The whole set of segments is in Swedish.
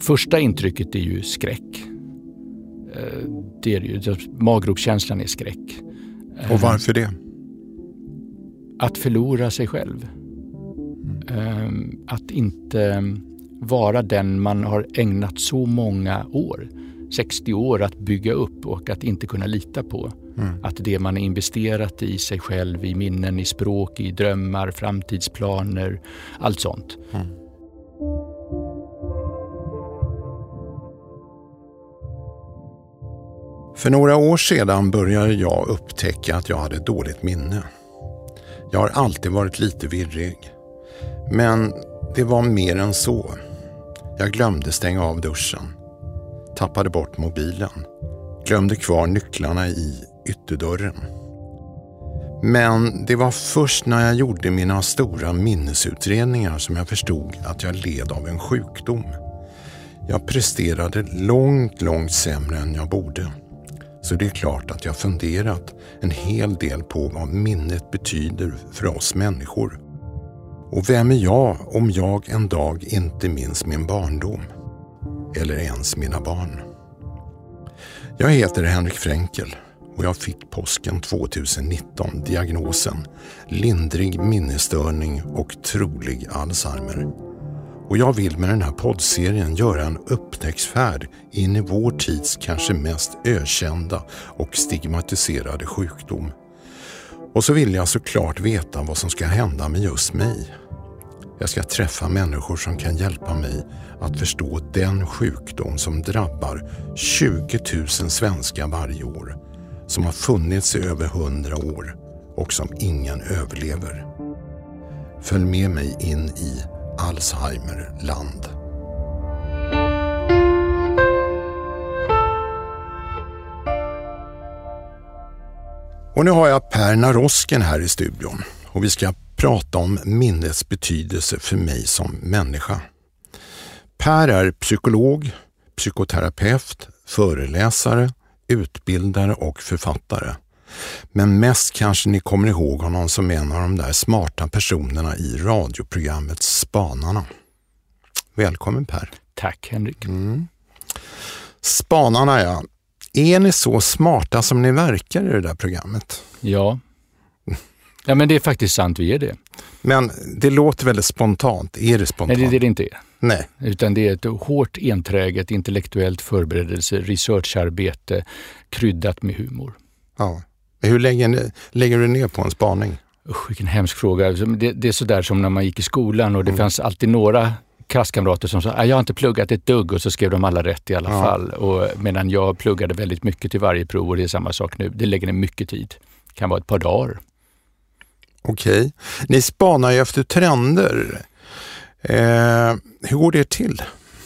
Första intrycket är ju skräck. Det är ju, maggropskänslan är skräck. Och varför det? Att förlora sig själv. Att inte vara den man har ägnat så många år, 60 år, att bygga upp och att inte kunna lita på. Att det man är investerat i sig själv, i minnen, i språk, i drömmar, framtidsplaner, allt sånt. För några år sedan började jag upptäcka att jag hade dåligt minne. Jag har alltid varit lite virrig. Men det var mer än så. Jag glömde stänga av duschen. Tappade bort mobilen. Glömde kvar nycklarna i ytterdörren. Men det var först när jag gjorde mina stora minnesutredningar som jag förstod att jag led av en sjukdom. Jag presterade långt sämre än jag borde. Så det är klart att jag funderat en hel del på vad minnet betyder för oss människor. Och vem är jag om jag en dag inte minns min barndom? Eller ens mina barn? Jag heter Henrik Fränkel och jag fick påsken 2019 diagnosen lindrig minnesstörning och trolig Alzheimer. Och jag vill med den här poddserien göra en upptäcktsfärd in i vår tids kanske mest ökända och stigmatiserade sjukdom. Och så vill jag såklart veta vad som ska hända med just mig. Jag ska träffa människor som kan hjälpa mig att förstå den sjukdom som drabbar 20 000 svenskar varje år, som har funnits i över 100 år och som ingen överlever. Följ med mig in i Alzheimerland. Och nu har jag Per Narosken här i studion och vi ska prata om minnets betydelse för mig som människa. Per är psykolog, psykoterapeut, föreläsare, utbildare och författare. Men mest kanske ni kommer ihåg honom som en av de där smarta personerna i radioprogrammet Spanarna. Välkommen Per. Tack Henrik. Spanarna, ja. Är ni så smarta som ni verkar i det där programmet? Ja. Ja, men det är faktiskt sant, vi är det. Men det låter väldigt spontant. Är det spontant? Nej, det är det inte är. Nej. Utan det är ett hårt, enträget, intellektuellt förberedelse, researcharbete kryddat med humor. Ja. Hur lägger du ner på en spaning? Vilken hemsk fråga. Det är sådär som när man gick i skolan och det fanns alltid några klasskamrater som sa jag har inte pluggat ett dugg och så skrev de alla rätt i alla fall. Och medan jag pluggade väldigt mycket till varje prov och det är samma sak nu. Det lägger ner mycket tid. Det kan vara ett par dagar. Okej. Ni spanar ju efter trender. Hur går det till?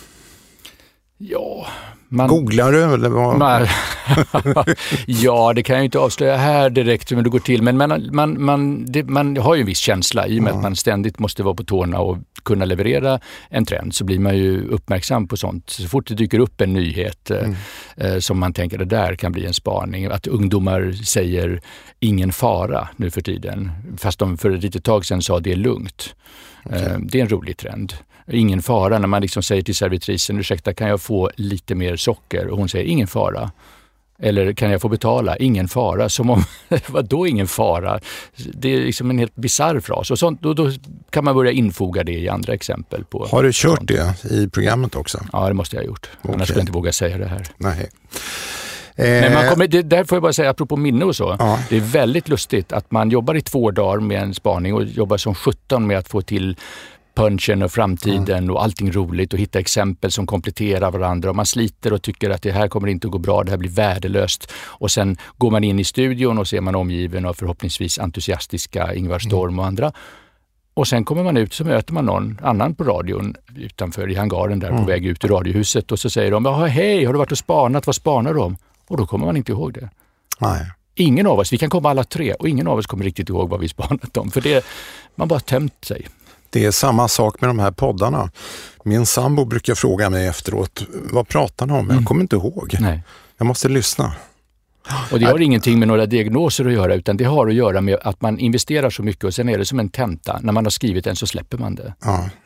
Ja, googlar du eller vad? Ja, det kan jag ju inte avslöja här direkt hur det går till. Men man har ju en viss känsla i och med att man ständigt måste vara på tårna och kunna leverera en trend, så blir man ju uppmärksam på sånt. Så fort det dyker upp en nyhet som man tänker det där kan bli en spaning. Att ungdomar säger ingen fara nu för tiden. Fast de för ett litet tag sedan sa det är lugnt. Okay. Det är en rolig trend. Ingen fara när man liksom säger till servitrisen, ursäkta kan jag få lite mer socker? Och hon säger ingen fara. Eller kan jag få betala? Ingen fara. Som om, vadå ingen fara? Det är liksom en helt bizarr fras. Och sånt, då kan man börja infoga det i andra exempel. På har du kört sånt. Det i programmet också? Ja, det måste jag ha gjort. Okay. Annars skulle jag inte våga säga det här. Nej. Men där får jag bara säga, apropå minne och så. Ja. Det är väldigt lustigt att man jobbar i 2 dagar med en spaning och jobbar som 17 med att få till punchen och framtiden och allting roligt och hitta exempel som kompletterar varandra och man sliter och tycker att det här kommer inte att gå bra, det här blir värdelöst och sen går man in i studion och ser man omgiven av förhoppningsvis entusiastiska Ingvar Storm och andra och sen kommer man ut så möter man någon annan på radion utanför i hangaren där på väg ut ur radiohuset och så säger de, hej, har du varit och spanat, vad spanar du om? Och då kommer man inte ihåg det. Nej. Ingen av oss, vi kan komma alla 3 och ingen av oss kommer riktigt ihåg vad vi spanat om för det, man bara tömt sig. Det är samma sak med de här poddarna. Min sambo brukar fråga mig efteråt, vad pratar han om? Jag kommer inte ihåg. Nej. Jag måste lyssna. Och det har ingenting med några diagnoser att göra utan det har att göra med att man investerar så mycket och sen är det som en tenta. När man har skrivit den så släpper man det. Ja.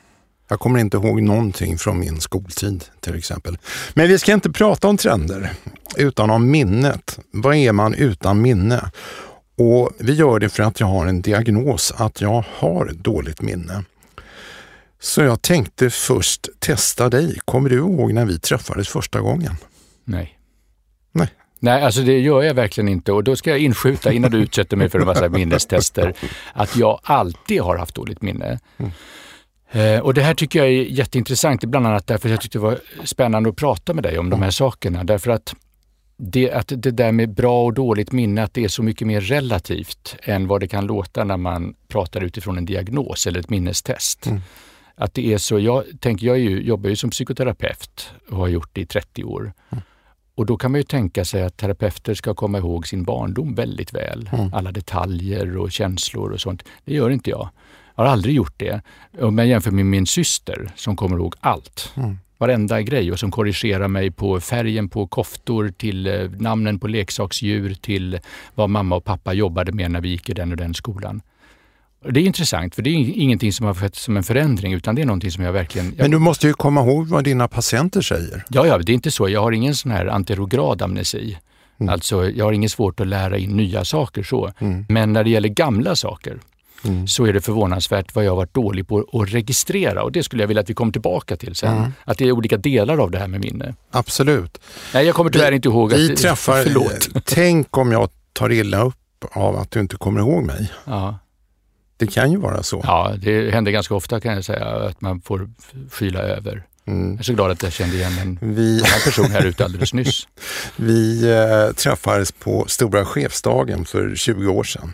Jag kommer inte ihåg någonting från min skoltid till exempel. Men vi ska inte prata om trender utan om minnet. Vad är man utan minne? Och vi gör det för att jag har en diagnos att jag har dåligt minne. Så jag tänkte först testa dig. Kommer du ihåg när vi träffades första gången? Nej. Nej. Nej, alltså det gör jag verkligen inte. Och då ska jag inskjuta innan du utsätter mig för en massa minnestester att jag alltid har haft dåligt minne. Och det här tycker jag är jätteintressant, bland annat därför att jag tyckte det var spännande att prata med dig om de här sakerna. Därför att det där med bra och dåligt minne, att det är så mycket mer relativt än vad det kan låta när man pratar utifrån en diagnos eller ett minnestest. Att det är så, jag jobbar ju som psykoterapeut och har gjort det i 30 år. Och då kan man ju tänka sig att terapeuter ska komma ihåg sin barndom väldigt väl. Alla detaljer och känslor och sånt. Det gör inte jag. Jag har aldrig gjort det. Om jag jämför med min syster som kommer ihåg allt. Varenda grej och som korrigerar mig på färgen på koftor till namnen på leksaksdjur till vad mamma och pappa jobbade med när vi gick i den och den skolan. Det är intressant för det är ingenting som har skett som en förändring utan det är någonting som jag verkligen... Men du måste ju komma ihåg vad dina patienter säger. Ja, det är inte så. Jag har ingen sån här anterograd amnesi. Alltså jag har inget svårt att lära in nya saker så. Men när det gäller gamla saker så är det förvånansvärt vad jag har varit dålig på att registrera. Och det skulle jag vilja att vi kommer tillbaka till sen. Att det är olika delar av det här med minne. Absolut. Nej, jag kommer tyvärr inte ihåg vi träffar, förlåt. Tänk om jag tar illa upp av att du inte kommer ihåg mig. Ja. Det kan ju vara så. Ja, det händer ganska ofta kan jag säga att man får skyla över. Jag är så glad att jag kände igen en annan person här ute alldeles nyss. Vi träffades på Stora chefsdagen för 20 år sedan.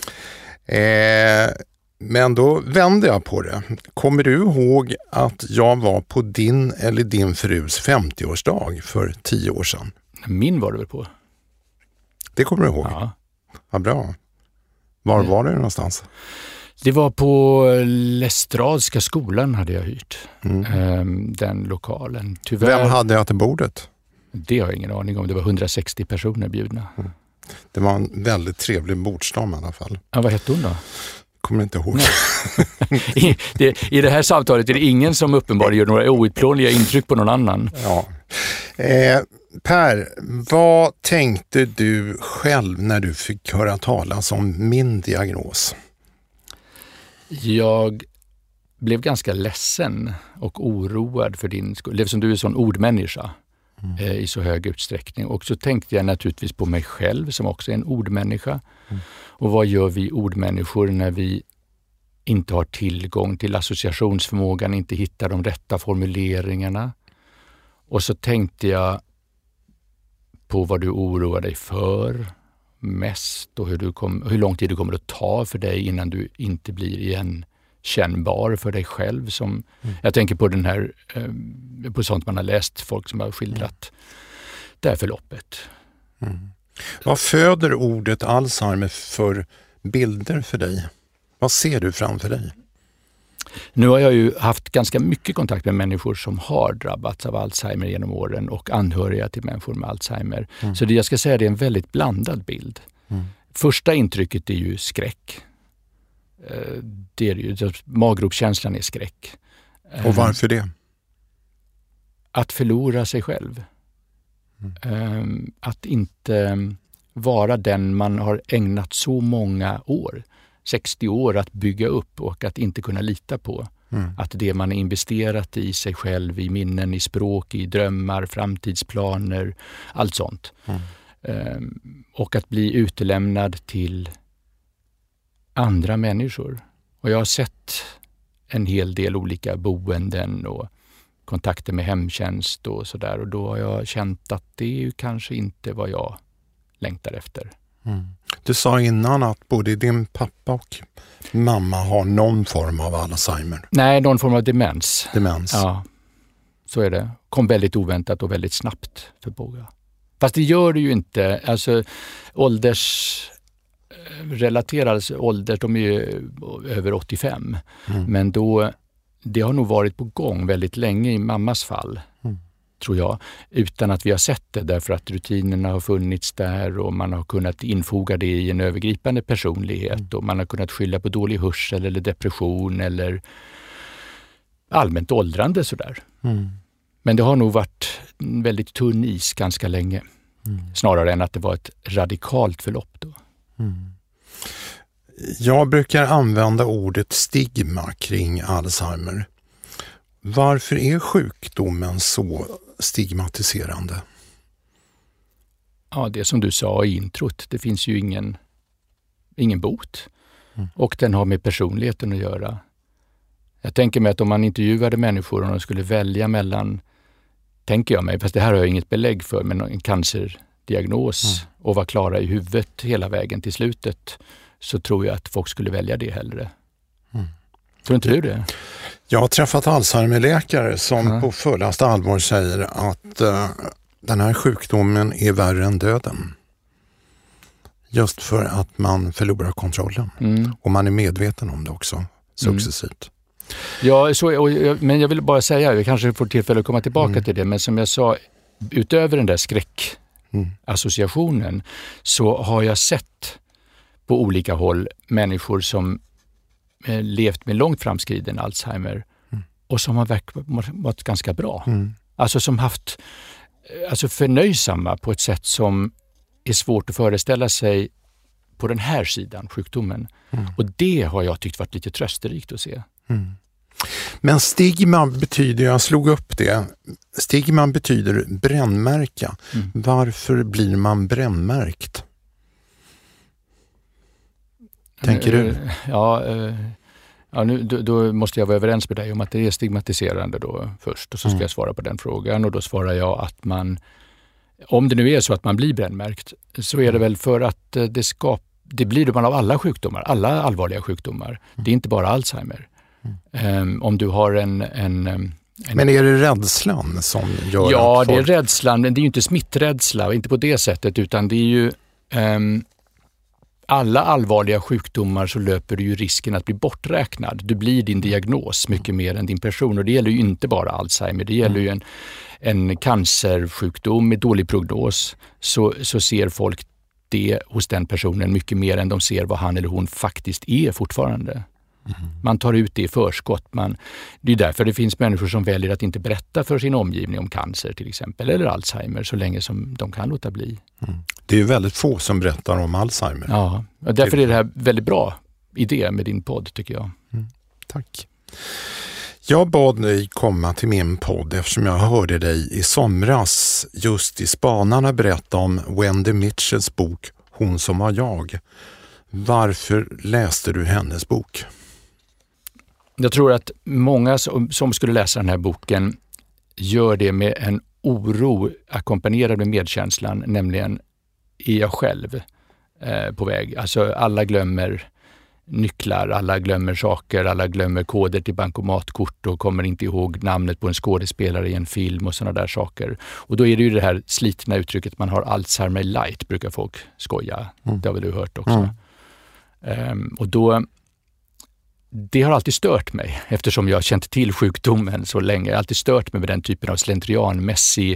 Men då vände jag på det. Kommer du ihåg att jag var på din eller din frus 50-årsdag för 10 år sedan? Min var du väl på? Det kommer du ihåg? Ja. Vad bra. Var var det någonstans? Det var på Lästradska skolan hade jag hyrt. Den lokalen. Tyvärr, vem hade jag till bordet? Det har jag ingen aning om. Det var 160 personer bjudna. Det var en väldigt trevlig bordsdam i alla fall. Ja, vad hette hon då? Kommer inte ihåg. I det här samtalet är det ingen som uppenbarligen gör några outplånliga intryck på någon annan. Ja. Per, vad tänkte du själv när du fick höra talas om min diagnos? Jag blev ganska ledsen och oroad för din skull. Eftersom du är en sån ordmänniska i så hög utsträckning. Och så tänkte jag naturligtvis på mig själv som också är en ordmänniska. Och vad gör vi ordmänniskor när vi inte har tillgång till associationsförmågan, inte hittar de rätta formuleringarna? Och så tänkte jag på vad du oroar dig för mest och hur lång tid det kommer att ta för dig innan du inte blir igenkännbar för dig själv. Jag tänker på den här, på sånt man har läst, folk som har skildrat det här förloppet. Vad föder ordet Alzheimer för bilder för dig? Vad ser du framför dig? Nu har jag ju haft ganska mycket kontakt med människor som har drabbats av Alzheimer genom åren och anhöriga till människor med Alzheimer. Så det jag ska säga, det är en väldigt blandad bild. Första intrycket är ju skräck. Det är ju, maggropskänslan är skräck. Och varför det? Att förlora sig själv. Att inte vara den man har ägnat så många år, 60 år, att bygga upp och att inte kunna lita på. Att det man är investerat i sig själv, i minnen, i språk, i drömmar, framtidsplaner, allt sånt. Och att bli utelämnad till andra människor. Och jag har sett en hel del olika boenden och kontakter med hemtjänst och sådär. Och då har jag känt att det är ju kanske inte vad jag längtar efter. Du sa innan att både din pappa och mamma har någon form av Alzheimer. Nej, någon form av demens. Demens. Ja, så är det. Kom väldigt oväntat och väldigt snabbt för båda. Fast det gör det ju inte. Alltså åldersrelaterade ålder, de är ju över 85. Men då, det har nog varit på gång väldigt länge i mammas fall. Tror jag, utan att vi har sett det, därför att rutinerna har funnits där och man har kunnat infoga det i en övergripande personlighet och man har kunnat skylla på dålig hörsel eller depression eller allmänt åldrande sådär. Men det har nog varit en väldigt tunn is ganska länge. Snarare än att det var ett radikalt förlopp då. Jag brukar använda ordet stigma kring Alzheimer. Varför är sjukdomen så stigmatiserande? Ja, det som du sa i introt. Det finns ju ingen bot. Och den har med personligheten att göra. Jag tänker mig att om man intervjuade människor och de skulle välja mellan, tänker jag mig, fast det här har jag inget belägg för, men en cancerdiagnos och vara klara i huvudet hela vägen till slutet, så tror jag att folk skulle välja det hellre. Tror inte du det? Jag har träffat Alzheimer-läkare som på fullaste allvar säger att den här sjukdomen är värre än döden. Just för att man förlorar kontrollen. Och man är medveten om det också, successivt. Ja, men jag vill bara säga, vi kanske får tillfälle att komma tillbaka till det, men som jag sa, utöver den där skräckassociationen så har jag sett på olika håll människor som levt med långt framskriden Alzheimer och som har varit ganska bra. Alltså som haft förnöjsamma på ett sätt som är svårt att föreställa sig på den här sidan sjukdomen. Och det har jag tyckt varit lite trösterikt att se. Men stigma betyder, jag slog upp det, stigma betyder brännmärka. Varför blir man brännmärkt? Tänker du? Då måste jag vara överens med dig om att det är stigmatiserande då först. Och så ska jag svara på den frågan. Och då svarar jag att om det nu är så att man blir brännmärkt, så är det väl för att det blir man av alla sjukdomar, alla allvarliga sjukdomar. Det är inte bara Alzheimer. Om du har Men är det rädslan som gör att det är rädslan, men det är ju inte smitträdsla, inte på det sättet, utan det är ju alla allvarliga sjukdomar så löper du ju risken att bli borträknad. Du blir din diagnos mycket mer än din person, och det gäller ju inte bara Alzheimer, det gäller ju en cancersjukdom med dålig prognos, så ser folk det hos den personen mycket mer än de ser vad han eller hon faktiskt är fortfarande. Man tar ut det i förskott. Det är därför det finns människor som väljer att inte berätta för sin omgivning om cancer till exempel, eller Alzheimer, så länge som de kan låta bli. Det är ju väldigt få som berättar om Alzheimer. Ja, och därför är det här väldigt bra idé med din podd, tycker jag. Tack. Jag bad dig komma till min podd eftersom jag hörde dig i somras just i Spanarna berätta om Wendy Mitchells bok Hon som var jag. Varför läste du hennes bok? Jag tror att många som skulle läsa den här boken gör det med en oro ackompanjerad med medkänslan, nämligen är jag själv på väg? Alltså alla glömmer nycklar, alla glömmer saker, alla glömmer koder till bankomatkort och kommer inte ihåg namnet på en skådespelare i en film och sådana där saker. Och då är det ju det här slitna uttrycket, man har Alzheimer light, brukar folk skoja. Det har väl du hört också. Och då, det har alltid stört mig, eftersom jag har känt till sjukdomen så länge. Jag har alltid stört mig med den typen av slentrianmässig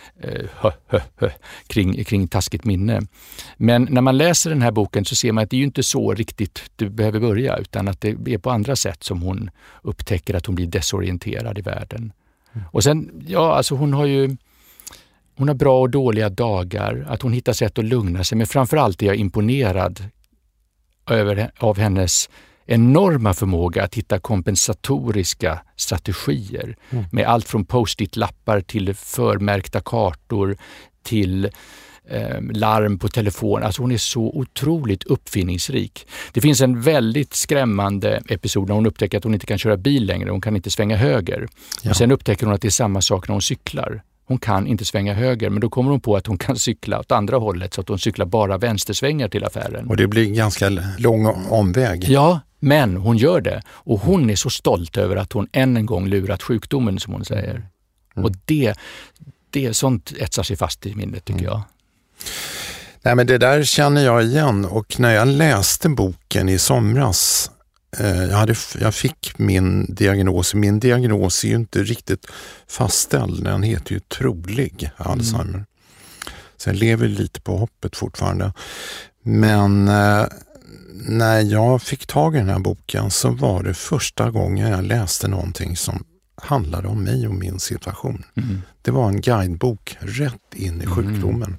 kring taskigt minne. Men när man läser den här boken så ser man att det är ju inte så riktigt du behöver börja, utan att det är på andra sätt som hon upptäcker att hon blir desorienterad i världen. Och sen, hon har bra och dåliga dagar, att hon hittar sätt att lugna sig, men framförallt är jag imponerad av hennes enorma förmåga att hitta kompensatoriska strategier med allt från post-it-lappar till förmärkta kartor till larm på telefon. Alltså hon är så otroligt uppfinningsrik. Det finns en väldigt skrämmande episod när hon upptäcker att hon inte kan köra bil längre. Hon kan inte svänga höger. Och sen upptäcker hon att det är samma sak när hon cyklar. Hon kan inte svänga höger, men då kommer hon på att hon kan cykla åt andra hållet, så att hon cyklar bara vänstersvängar till affären. Och det blir ganska lång omväg. Ja, men hon gör det. Och hon är så stolt över att hon än en gång lurat sjukdomen, som hon säger. Och det sånt etsar sig fast i minnet, tycker jag. Nej, men det där känner jag igen. Och när jag läste boken i somras, jag fick min diagnos. Min diagnos är ju inte riktigt fastställd. Den heter ju trolig Alzheimer. Så jag lever lite på hoppet fortfarande. Men när jag fick tag i den här boken så var det första gången jag läste någonting som handlade om mig och min situation. Det var en guidebok rätt in i sjukdomen.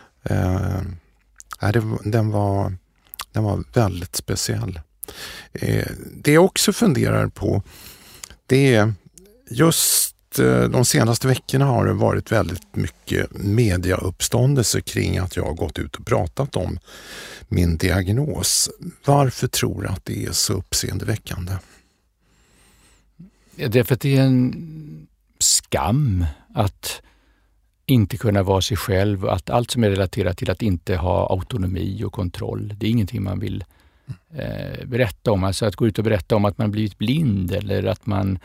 Den var väldigt speciell. Det jag också funderar på, det är just de senaste veckorna har det varit väldigt mycket mediauppståndelse kring att jag har gått ut och pratat om min diagnos. Varför tror du att det är så uppseendeväckande? Det är för att det är en skam att inte kunna vara sig själv, att allt som är relaterat till att inte ha autonomi och kontroll, det är ingenting man vill berätta om. Alltså att gå ut och berätta om att man blivit blind eller att man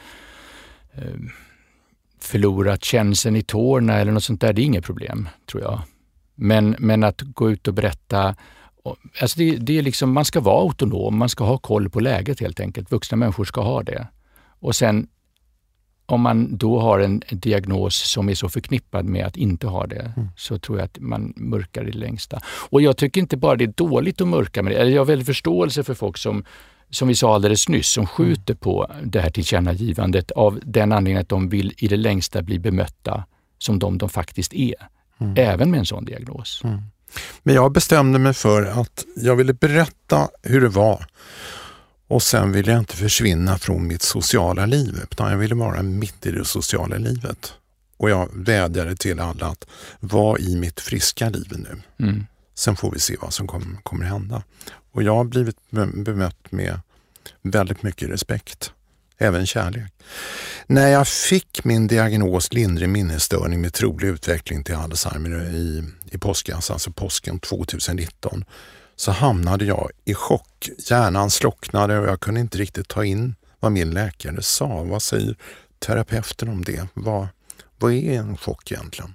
förlorat känseln i tårna eller något sånt där, det är inget problem, tror jag. Men att gå ut och berätta, alltså det är liksom, man ska vara autonom, man ska ha koll på läget helt enkelt. Vuxna människor ska ha det. Och sen om man då har en diagnos som är så förknippad med att inte ha det, så tror jag att man mörkar i det längsta. Och jag tycker inte bara det är dåligt att mörka med det. Jag har väldigt förståelse för folk som vi sa alldeles nyss, som skjuter på det här tillkännagivandet av den anledningen att de vill i det längsta bli bemötta som de faktiskt är. Även med en sån diagnos. Men jag bestämde mig för att jag ville berätta hur det var. Och sen ville jag inte försvinna från mitt sociala liv, utan jag ville vara mitt i det sociala livet. Och jag vädjade till alla att vara i mitt friska liv nu. Sen får vi se vad som kommer hända. Och jag har blivit bemött med väldigt mycket respekt, även kärlek. När jag fick min diagnos lindrig minnesstörning med trolig utveckling till Alzheimer i påskas, alltså påsken 2019, så hamnade jag i chock. Hjärnan slocknade och jag kunde inte riktigt ta in vad min läkare sa. Vad säger terapeuten om det? Vad är en chock egentligen?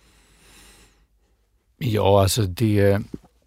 Ja, alltså det...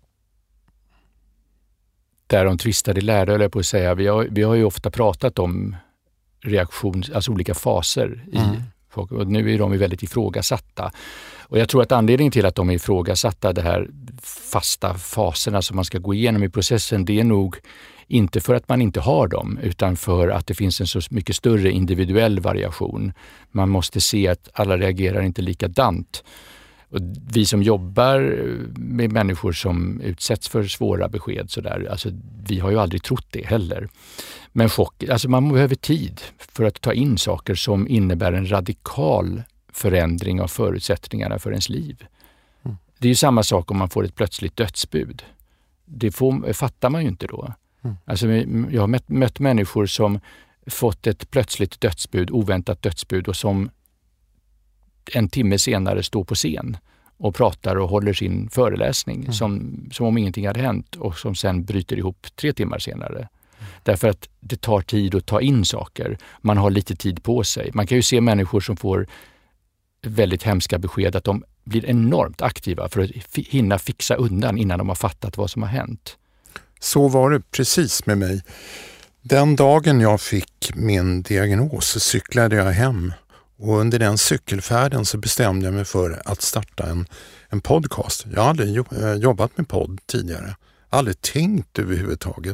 Där de tvistade lärde, eller på att säga. Vi har ju ofta pratat om alltså olika faser i folk. Och nu är de ju väldigt ifrågasatta. Och jag tror att anledningen till att de är ifrågasatta, det här fasta faserna som man ska gå igenom i processen, det är nog inte för att man inte har dem, utan för att det finns en så mycket större individuell variation. Man måste se att alla reagerar inte likadant. Och vi som jobbar med människor som utsätts för svåra besked, alltså vi har ju aldrig trott det heller. Men alltså man behöver tid för att ta in saker som innebär en radikal förändring av förutsättningarna för ens liv. Det är ju samma sak om man får ett plötsligt dödsbud. Det fattar man ju inte då. Alltså jag har mött människor som fått ett plötsligt dödsbud, oväntat dödsbud, och som en timme senare står på scen och pratar och håller sin föreläsning som om ingenting hade hänt, och som sen bryter ihop 3 timmar senare. Därför att det tar tid att ta in saker. Man har lite tid på sig. Man kan ju se människor som får väldigt hemska besked att de blir enormt aktiva för att hinna fixa undan innan de har fattat vad som har hänt. Så var det precis med mig. Den dagen jag fick min diagnos så cyklade jag hem. Och under den cykelfärden så bestämde jag mig för att starta en podcast. Jag har aldrig jobbat med podd tidigare. Aldrig tänkt överhuvudtaget.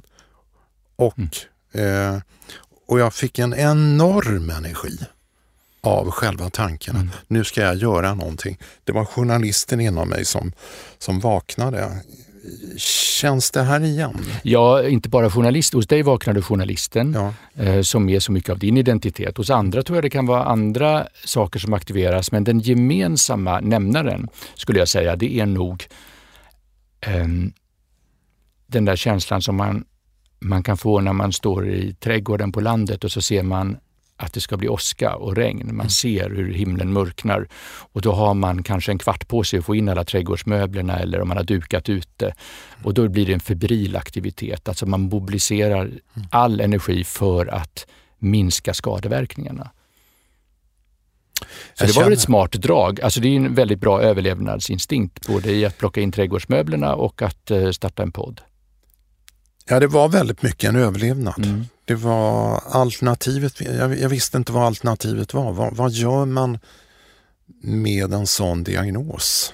Och jag fick en enorm energi av själva tanken att nu ska jag göra någonting. Det var journalisten inom mig som vaknade. Känns det här igen? Ja, inte bara journalist. Hos dig vaknade journalisten som är så mycket av din identitet. Hos andra tror jag det kan vara andra saker som aktiveras, men den gemensamma nämnaren skulle jag säga, det är nog den där känslan som man kan få när man står i trädgården på landet och så ser man att det ska bli åska och regn. Man ser hur himlen mörknar och då har man kanske en kvart på sig att få in alla trädgårdsmöblerna, eller om man har dukat ute. Och då blir det en febril aktivitet. Alltså man mobiliserar all energi för att minska skadeverkningarna. Så det var väl ett smart drag. Alltså det är en väldigt bra överlevnadsinstinkt både i att plocka in trädgårdsmöblerna och att starta en podd. Ja, det var väldigt mycket en överlevnad. Det var alternativet. Jag visste inte vad alternativet var. Vad gör man med en sån diagnos?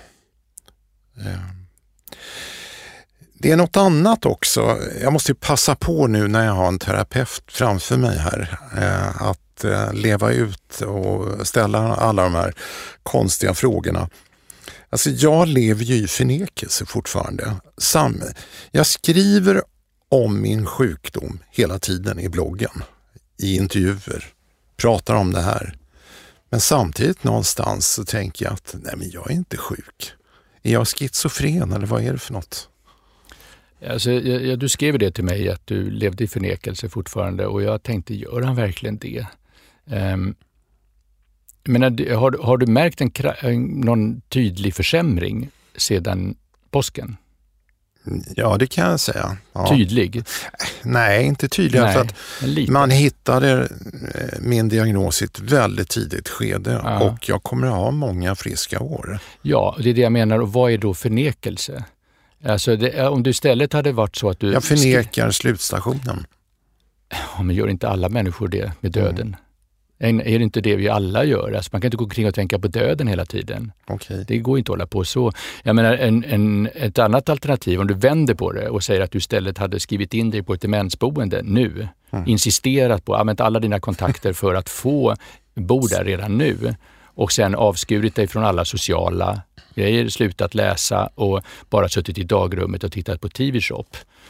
Det är något annat också. Jag måste passa på nu när jag har en terapeut framför mig här att att leva ut och ställa alla de här konstiga frågorna. Alltså jag lever ju i förnekelse fortfarande. Jag skriver om min sjukdom hela tiden i bloggen, i intervjuer, pratar om det här. Men samtidigt någonstans så tänker jag att nej, men jag är inte sjuk. Är jag schizofren eller vad är det för något? Alltså, du skrev det till mig att du levde i förnekelse fortfarande och jag tänkte, gör han verkligen det? Men har du märkt någon tydlig försämring sedan påsken? Ja, det kan jag säga. Ja. Tydlig? Nej, inte tydlig. Nej, för att man hittade min diagnos i ett väldigt tidigt skede och jag kommer att ha många friska år. Ja, det är det jag menar. Och vad är då förnekelse? Alltså om du istället hade varit så att du... Jag förnekar slutstationen. Ja, men gör inte alla människor det med döden? Är det inte det vi alla gör? Alltså man kan inte gå kring och tänka på döden hela tiden. Okay. Det går inte att hålla på så. Jag menar, ett annat alternativ, om du vänder på det och säger att du istället hade skrivit in dig på ett demensboende nu, insisterat på att använda alla dina kontakter för att få bo där redan nu och sen avskurit dig från alla sociala grejer, slutat läsa och bara suttit i dagrummet och tittat på TV-shop.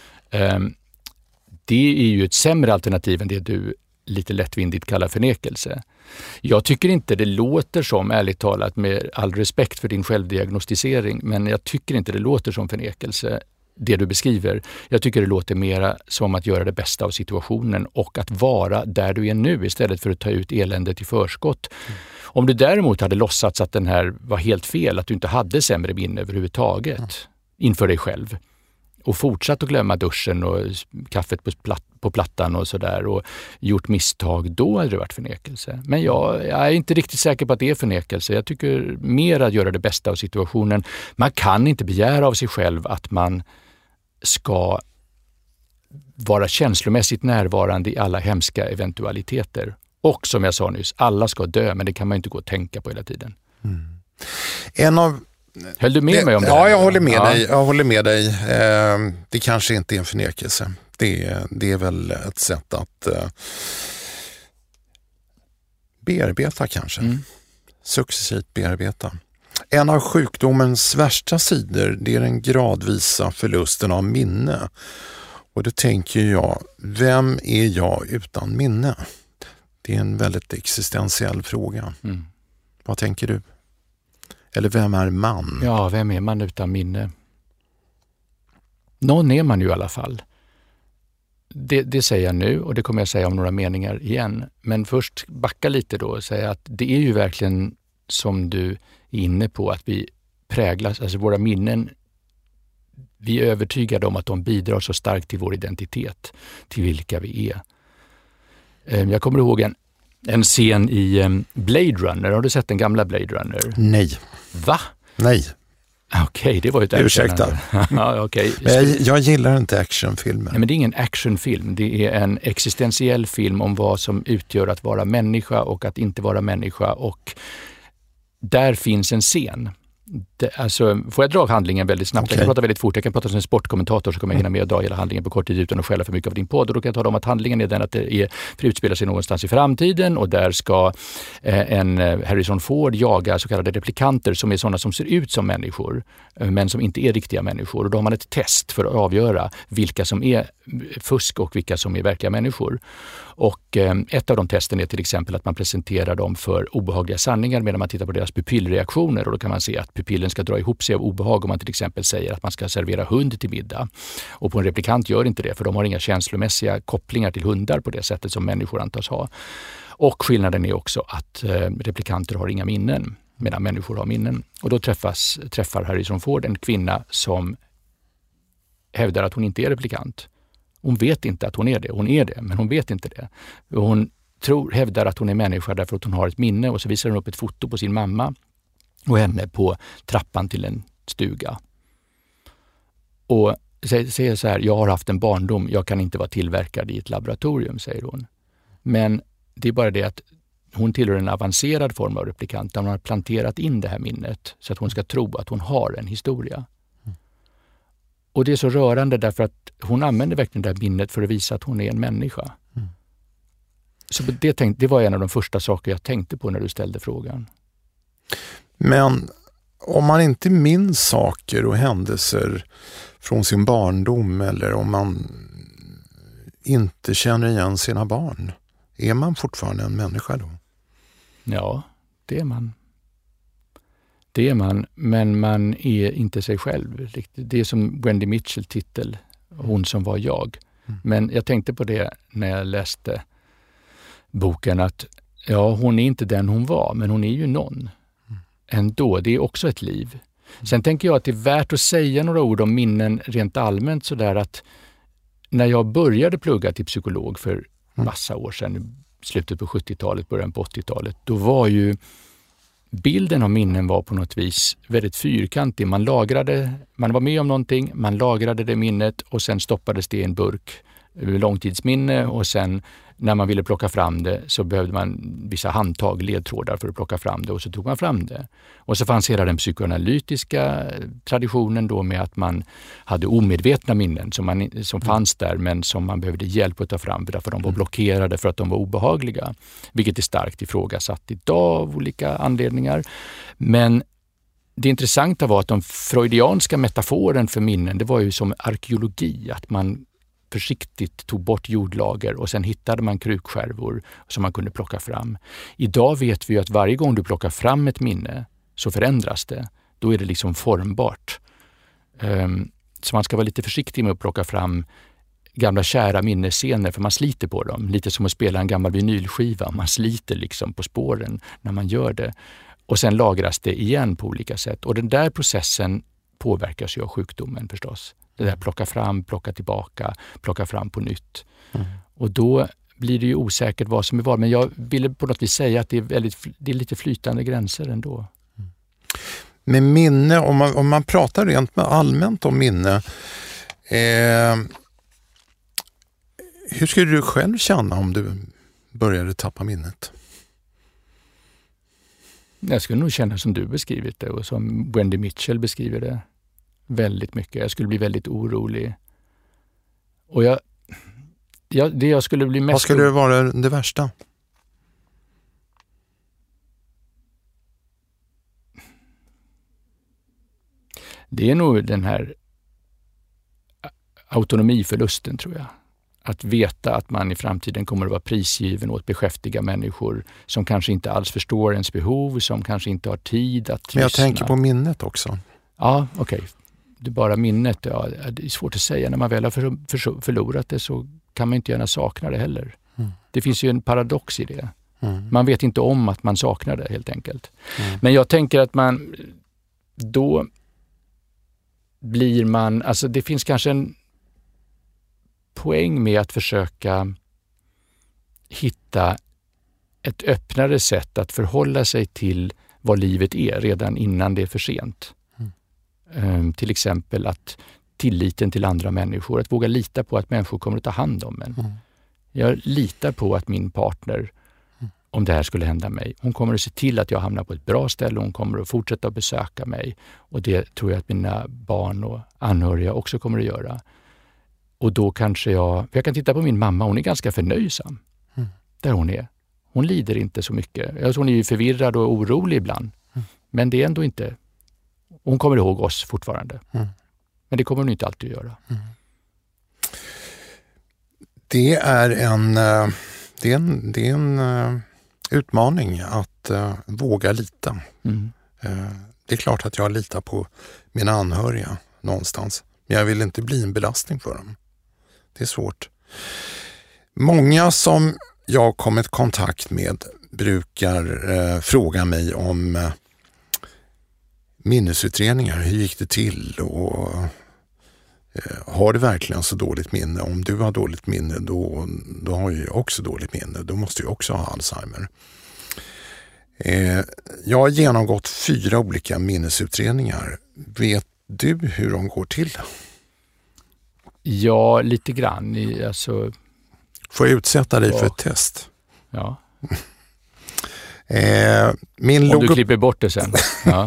Det är ju ett sämre alternativ än det du lite lättvindigt kallar förnekelse. Jag tycker inte det låter som, ärligt talat med all respekt för din självdiagnostisering, men jag tycker inte det låter som förnekelse, det du beskriver. Jag tycker det låter mera som att göra det bästa av situationen och att vara där du är nu istället för att ta ut eländet i förskott. Om du däremot hade låtsats att den här var helt fel, att du inte hade sämre minne överhuvudtaget inför dig själv och fortsatt att glömma duschen och kaffet på plattan och sådär och gjort misstag, då hade det varit förnekelse. Men jag är inte riktigt säker på att det är förnekelse. Jag tycker mer att göra det bästa av situationen. Man kan inte begära av sig själv att man ska vara känslomässigt närvarande i alla hemska eventualiteter. Och som jag sa nyss, alla ska dö, men det kan man inte gå och tänka på hela tiden. Höll du med mig om det? Ja, jag håller med dig. Det kanske inte är en förnekelse. Det är väl ett sätt att bearbeta kanske. Successivt bearbeta. En av sjukdomens värsta sidor, det är den gradvisa förlusten av minne. Och då tänker jag, vem är jag utan minne? Det är en väldigt existentiell fråga. Vad tänker du? Eller vem är man? Ja, vem är man utan minne? Någon är man ju i alla fall. Det säger jag nu och det kommer jag säga om några meningar igen. Men först backa lite då och säga att det är ju verkligen som du är inne på att vi präglas, alltså våra minnen, vi är övertygade om att de bidrar så starkt till vår identitet, till vilka vi är. Jag kommer ihåg en scen i Blade Runner. Har du sett den gamla Blade Runner? Nej. Va? Nej. Okej, det var ju ett ursäkta. Ja, okay. Jag gillar inte actionfilmer. Nej, men det är ingen actionfilm. Det är en existentiell film om vad som utgör att vara människa och att inte vara människa. Och där finns en scen. Alltså, får jag dra handlingen väldigt snabbt? Okay. Jag kan prata väldigt fort. Jag kan prata som en sportkommentator så kommer jag hinna med att dra hela handlingen på kort tid utan att skälla för mycket av din podd. Och då kan jag tala om att handlingen är den att det utspelar sig någonstans i framtiden och där ska en Harrison Ford jaga så kallade replikanter som är sådana som ser ut som människor men som inte är riktiga människor. Och då har man ett test för att avgöra vilka som är fusk och vilka som är verkliga människor. Och ett av de testen är till exempel att man presenterar dem för obehagliga sanningar medan man tittar på deras pupillreaktioner och då kan man se att pupillen ska dra ihop sig av obehag om man till exempel säger att man ska servera hund till middag. Och på en replikant gör inte det för de har inga känslomässiga kopplingar till hundar på det sättet som människor antas ha. Och skillnaden är också att replikanter har inga minnen medan människor har minnen. Och då träffar Harrison Ford en kvinna som hävdar att hon inte är replikant. Hon vet inte att hon är det. Hon är det, men hon vet inte det. Hon hävdar att hon är människa därför att hon har ett minne och så visar hon upp ett foto på sin mamma och henne på trappan till en stuga. Och säger så här, jag har haft en barndom, jag kan inte vara tillverkad i ett laboratorium, säger hon. Men det är bara det att hon tillhör en avancerad form av replikant där hon har planterat in det här minnet så att hon ska tro att hon har en historia. Och det är så rörande därför att hon använder verkligen det här minnet för att visa att hon är en människa. Så det var en av de första saker jag tänkte på när du ställde frågan. Men om man inte minns saker och händelser från sin barndom, eller om man inte känner igen sina barn, är man fortfarande en människa då? Ja, det är man. Det är man, men man är inte sig själv. Det är som Wendy Mitchell titel, hon som var jag. Men jag tänkte på det när jag läste boken, att ja, hon är inte den hon var, men hon är ju någon. Ändå, det är också ett liv. Sen tänker jag att det är värt att säga några ord om minnen rent allmänt, sådär att när jag började plugga till psykolog för massa år sedan, slutet på 70-talet, början på 80-talet, då var ju bilden av minnen var på något vis väldigt fyrkantig. Man var med om någonting, man lagrade det minnet och sen stoppades det i en burk, långtidsminne, och sen när man ville plocka fram det så behövde man vissa handtag, ledtrådar för att plocka fram det, och så tog man fram det. Och så fanns hela den psykoanalytiska traditionen då med att man hade omedvetna minnen som fanns där, men som man behövde hjälp att ta fram för att de var blockerade, för att de var obehagliga. Vilket är starkt ifrågasatt idag av olika anledningar. Men det intressanta var att de freudianska metaforen för minnen, det var ju som arkeologi, att man försiktigt tog bort jordlager och sen hittade man krukskärvor som man kunde plocka fram. Idag vet vi ju att varje gång du plockar fram ett minne så förändras det. Då är det liksom formbart. Så man ska vara lite försiktig med att plocka fram gamla kära minnesscener, för man sliter på dem. Lite som att spela en gammal vinylskiva. Man sliter liksom på spåren när man gör det. Och sen lagras det igen på olika sätt. Och den där processen påverkas ju av sjukdomen förstås. Det där plocka fram, plocka tillbaka, plocka fram på nytt. Och då blir det ju osäkert vad som är vad. Men jag ville på något vis säga att det är lite flytande gränser ändå. Med minne, om man pratar rent allmänt om minne, hur skulle du själv känna om du började tappa minnet? Jag skulle nog känna som du beskrivit det och som Wendy Mitchell beskriver det. Väldigt mycket. Jag skulle bli väldigt orolig. Och det jag skulle bli mest... Vad skulle det vara det värsta? Det är nog den här autonomiförlusten, tror jag. Att veta att man i framtiden kommer att vara prisgiven åt beskäftiga människor som kanske inte alls förstår ens behov, som kanske inte har tid att lyssna. Men jag tänker på minnet också. Ja, okej. Det är bara minnet. Ja, det är svårt att säga. När man väl har förlorat det så kan man inte gärna sakna det heller. Det finns ju en paradox i det. Man vet inte om att man saknar det helt enkelt. Men jag tänker att då blir man, alltså det finns kanske en poäng med att försöka hitta ett öppnare sätt att förhålla sig till vad livet är redan innan det är för sent. Till exempel att tilliten till andra människor, att våga lita på att människor kommer att ta hand om en. Jag litar på att min partner, om det här skulle hända mig, hon kommer att se till att jag hamnar på ett bra ställe, hon kommer att fortsätta att besöka mig, och det tror jag att mina barn och anhöriga också kommer att göra. Och då kanske jag kan titta på min mamma, hon är ganska förnöjsam där hon är. Hon lider inte så mycket. Hon är ju förvirrad och orolig ibland. Men det är ändå inte... Hon kommer ihåg oss fortfarande. Men det kommer hon inte alltid att göra. Det är en utmaning att våga lita. Det är klart att jag litar på mina anhöriga någonstans. Men jag vill inte bli en belastning för dem. Det är svårt. Många som jag kommit i kontakt med brukar fråga mig om minnesutredningar. Hur gick det till? Och har du verkligen så dåligt minne? Om du har dåligt minne, då har jag också dåligt minne. Då måste jag också ha Alzheimer. Jag har genomgått 4 olika minnesutredningar. Vet du hur de går till? Ja, lite grann. Får jag utsätta dig för ett test? Ja. Om du klipper bort det sen. Ja.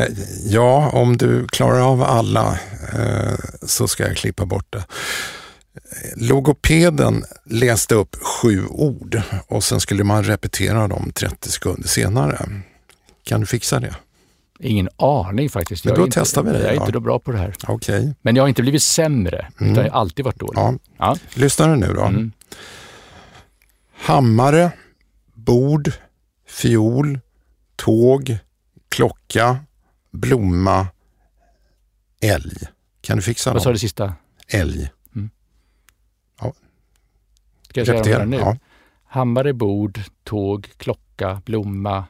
Ja, om du klarar av alla så ska jag klippa bort det. Logopeden läste upp 7 ord och sen skulle man repetera dem 30 sekunder senare. Kan du fixa det? Ingen aning faktiskt. Men då testar vi det. Jag är inte då bra på det här. Okay. Men jag har inte blivit sämre, utan jag har alltid varit dålig. Ja. Lyssna nu då. Hammare, bord, fiol, tåg, klocka, blomma, älg. Kan du fixa dem? Vad sa du sista? Älg. Ja. Ska jag säga det nu? Ja. Hammare, bord, tåg, klocka, blomma,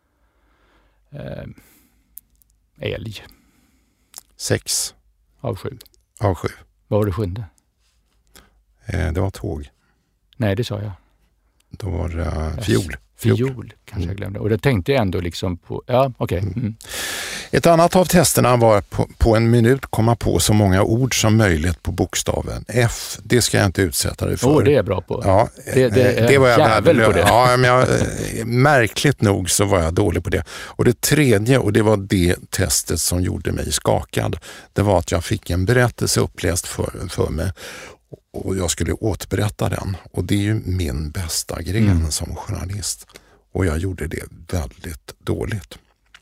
älg. 6 av 7. Av 7. Vad var det 7:e? Det var tåg. Nej, det sa jag. Då var det fiol. Fiol kanske jag glömde. Och det tänkte jag ändå liksom på. Ja, okej. Ett annat av testerna var på en minut komma på så många ord som möjligt på bokstaven F. Det ska jag inte utsätta dig för. Det är jag bra på. Ja, det var jag jävel på det. Ja, men märkligt nog så var jag dålig på det. Och det tredje, och det var det testet som gjorde mig skakad, det var att jag fick en berättelse uppläst för mig. Och jag skulle återberätta den. Och det är ju min bästa gren som journalist. Och jag gjorde det väldigt dåligt.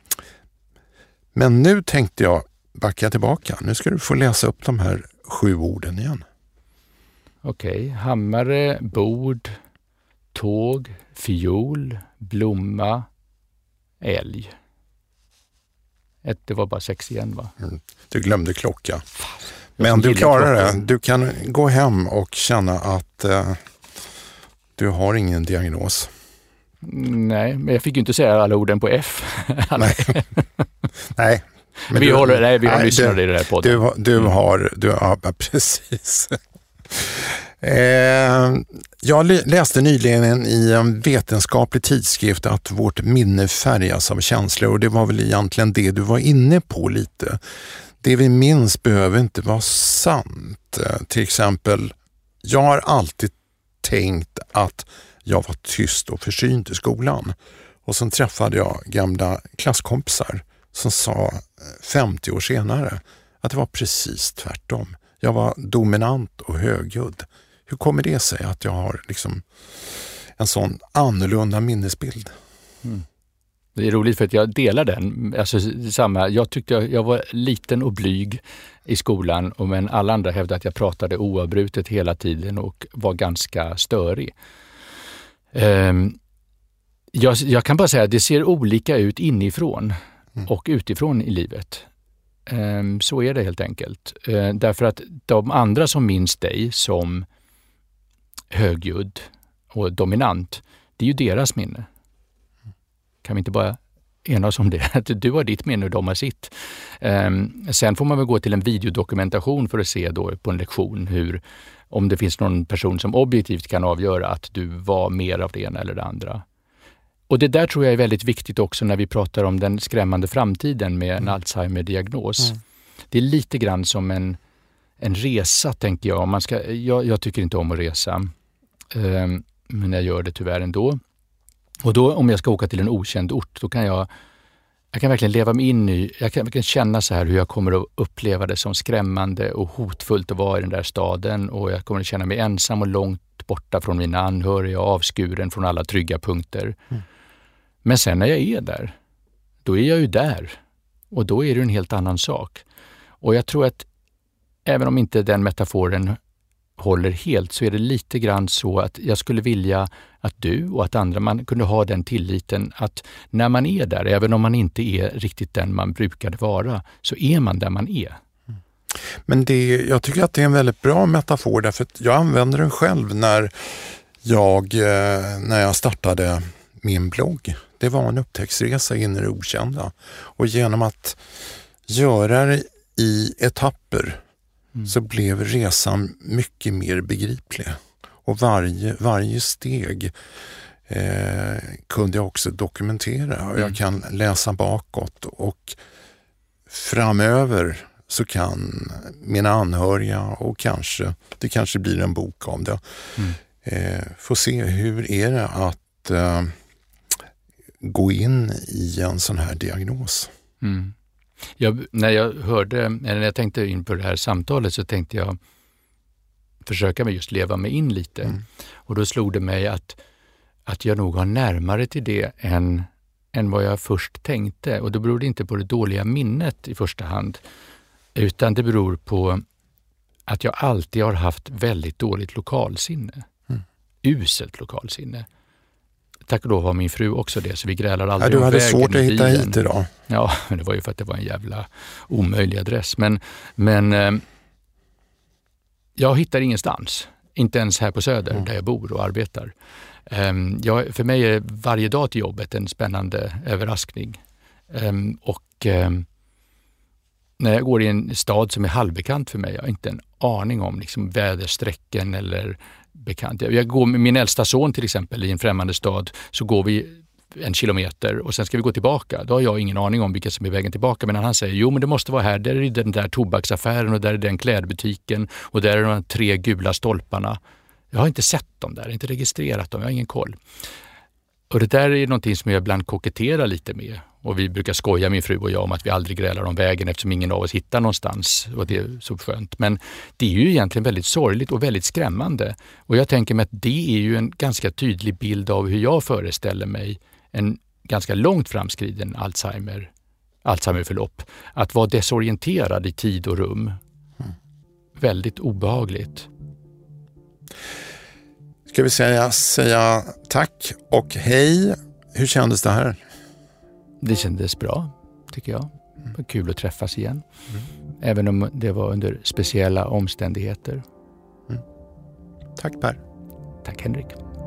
Men nu tänkte jag backa tillbaka. Nu ska du få läsa upp de här 7 orden igen. Okej. Hammare, bord, tåg, fiol, blomma, älg. Det var bara 6 igen, va? Du glömde klocka. Men du klarar det. Du kan gå hem och känna att du har ingen diagnos. Nej, men jag fick ju inte säga alla orden på F. Nej. Men vi har lyssnare i det här podden. Ja, precis. Jag läste nyligen i en vetenskaplig tidskrift att vårt minne färgas av känslor, och det var väl egentligen det du var inne på lite. Det vi minns behöver inte vara sant. Till exempel, jag har alltid tänkt att jag var tyst och försynt i skolan. Och sen träffade jag gamla klasskompisar som sa 50 år senare att det var precis tvärtom. Jag var dominant och högljudd. Hur kommer det sig att jag har liksom en sån annorlunda minnesbild? Det är roligt för att jag delar den. Alltså, jag tyckte jag var liten och blyg i skolan, men alla andra hävdade att jag pratade oavbrutet hela tiden och var ganska störig. Jag kan bara säga att det ser olika ut inifrån och utifrån i livet. Så är det helt enkelt. Därför att de andra som minns dig som högljudd och dominant, det är ju deras minne. Kan vi inte bara enas om det? Att du har ditt minne och de har sitt. Sen får man väl gå till en videodokumentation för att se då på en lektion om det finns någon person som objektivt kan avgöra att du var mer av det ena eller det andra. Och det där tror jag är väldigt viktigt också när vi pratar om den skrämmande framtiden med en Alzheimer-diagnos. Det är lite grann som en resa, tänker jag. Jag tycker inte om att resa, men jag gör det tyvärr ändå. Och då, om jag ska åka till en okänd ort, då kan jag kan verkligen leva mig in i, jag kan verkligen känna så här hur jag kommer att uppleva det som skrämmande och hotfullt att vara i den där staden, och jag kommer att känna mig ensam och långt borta från mina anhöriga och avskuren från alla trygga punkter. Men sen när jag är där, då är jag ju där, och då är det en helt annan sak. Och jag tror att även om inte den metaforen håller helt, så är det lite grann så att jag skulle vilja att du och att andra, man kunde ha den tilliten att när man är där, även om man inte är riktigt den man brukade vara, så är man där man är. Men jag tycker att det är en väldigt bra metafor, därför att jag använder den själv när jag startade min blogg. Det var en upptäcktsresa in i det okända. Och genom att göra det i etapper så blev resan mycket mer begriplig. Och varje steg kunde jag också dokumentera. Och jag kan läsa bakåt, och framöver så kan mina anhöriga, och det kanske blir en bok om det, få se hur är det att gå in i en sån här diagnos. När jag tänkte in på det här samtalet, så tänkte jag försöka med just leva mig in lite. Och då slog det mig att jag nog har närmare till det än vad jag först tänkte. Och då beror det inte på det dåliga minnet i första hand, utan det beror på att jag alltid har haft väldigt dåligt lokalsinne. Uselt lokalsinne. Tack och lov har min fru också det, så vi grälar aldrig om vägen. Du hade svårt att hitta hit idag. Ja, men det var ju för att det var en jävla omöjlig adress. Men jag hittar ingenstans. Inte ens här på Söder där jag bor och arbetar. För mig är varje dag till jobbet en spännande överraskning. När jag går i en stad som är halvbekant för mig, jag har inte en aning om liksom vädersträcken eller bekant. Jag går med min äldsta son till exempel i en främmande stad, så går vi 1 kilometer och sen ska vi gå tillbaka. Då har jag ingen aning om vilka som är vägen tillbaka, men han säger, jo men det måste vara här, där är den där tobaksaffären och där är den klädbutiken och där är de 3 gula stolparna. Jag har inte sett dem där, inte registrerat dem, jag har ingen koll. Och det där är någonting som jag ibland koketterar lite med. Och vi brukar skoja, min fru och jag, om att vi aldrig grälar om vägen eftersom ingen av oss hittar någonstans. Och det är så skönt. Men det är ju egentligen väldigt sorgligt och väldigt skrämmande. Och jag tänker mig att det är ju en ganska tydlig bild av hur jag föreställer mig en ganska långt framskriden Alzheimerförlopp. Att vara desorienterad i tid och rum. Väldigt obehagligt. Ska vi säga tack och hej. Hur kändes det här? Det kändes bra, tycker jag. Det var kul att träffas igen. Även om det var under speciella omständigheter. Tack Per. Tack Henrik.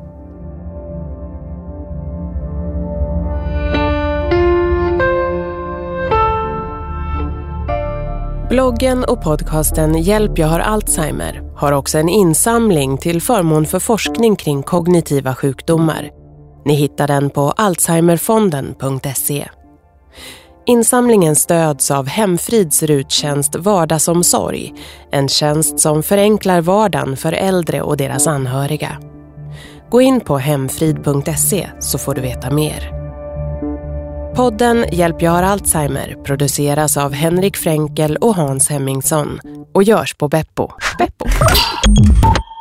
Bloggen och podcasten Hjälp jag har Alzheimer har också en insamling till förmån för forskning kring kognitiva sjukdomar. Ni hittar den på alzheimerfonden.se. Insamlingen stöds av Hemfrids ruttjänst Vardagsomsorg, en tjänst som förenklar vardagen för äldre och deras anhöriga. Gå in på hemfrid.se så får du veta mer. Podden Hjälp jag har Alzheimer produceras av Henrik Fränkel och Hans Hemmingsson och görs på Beppo.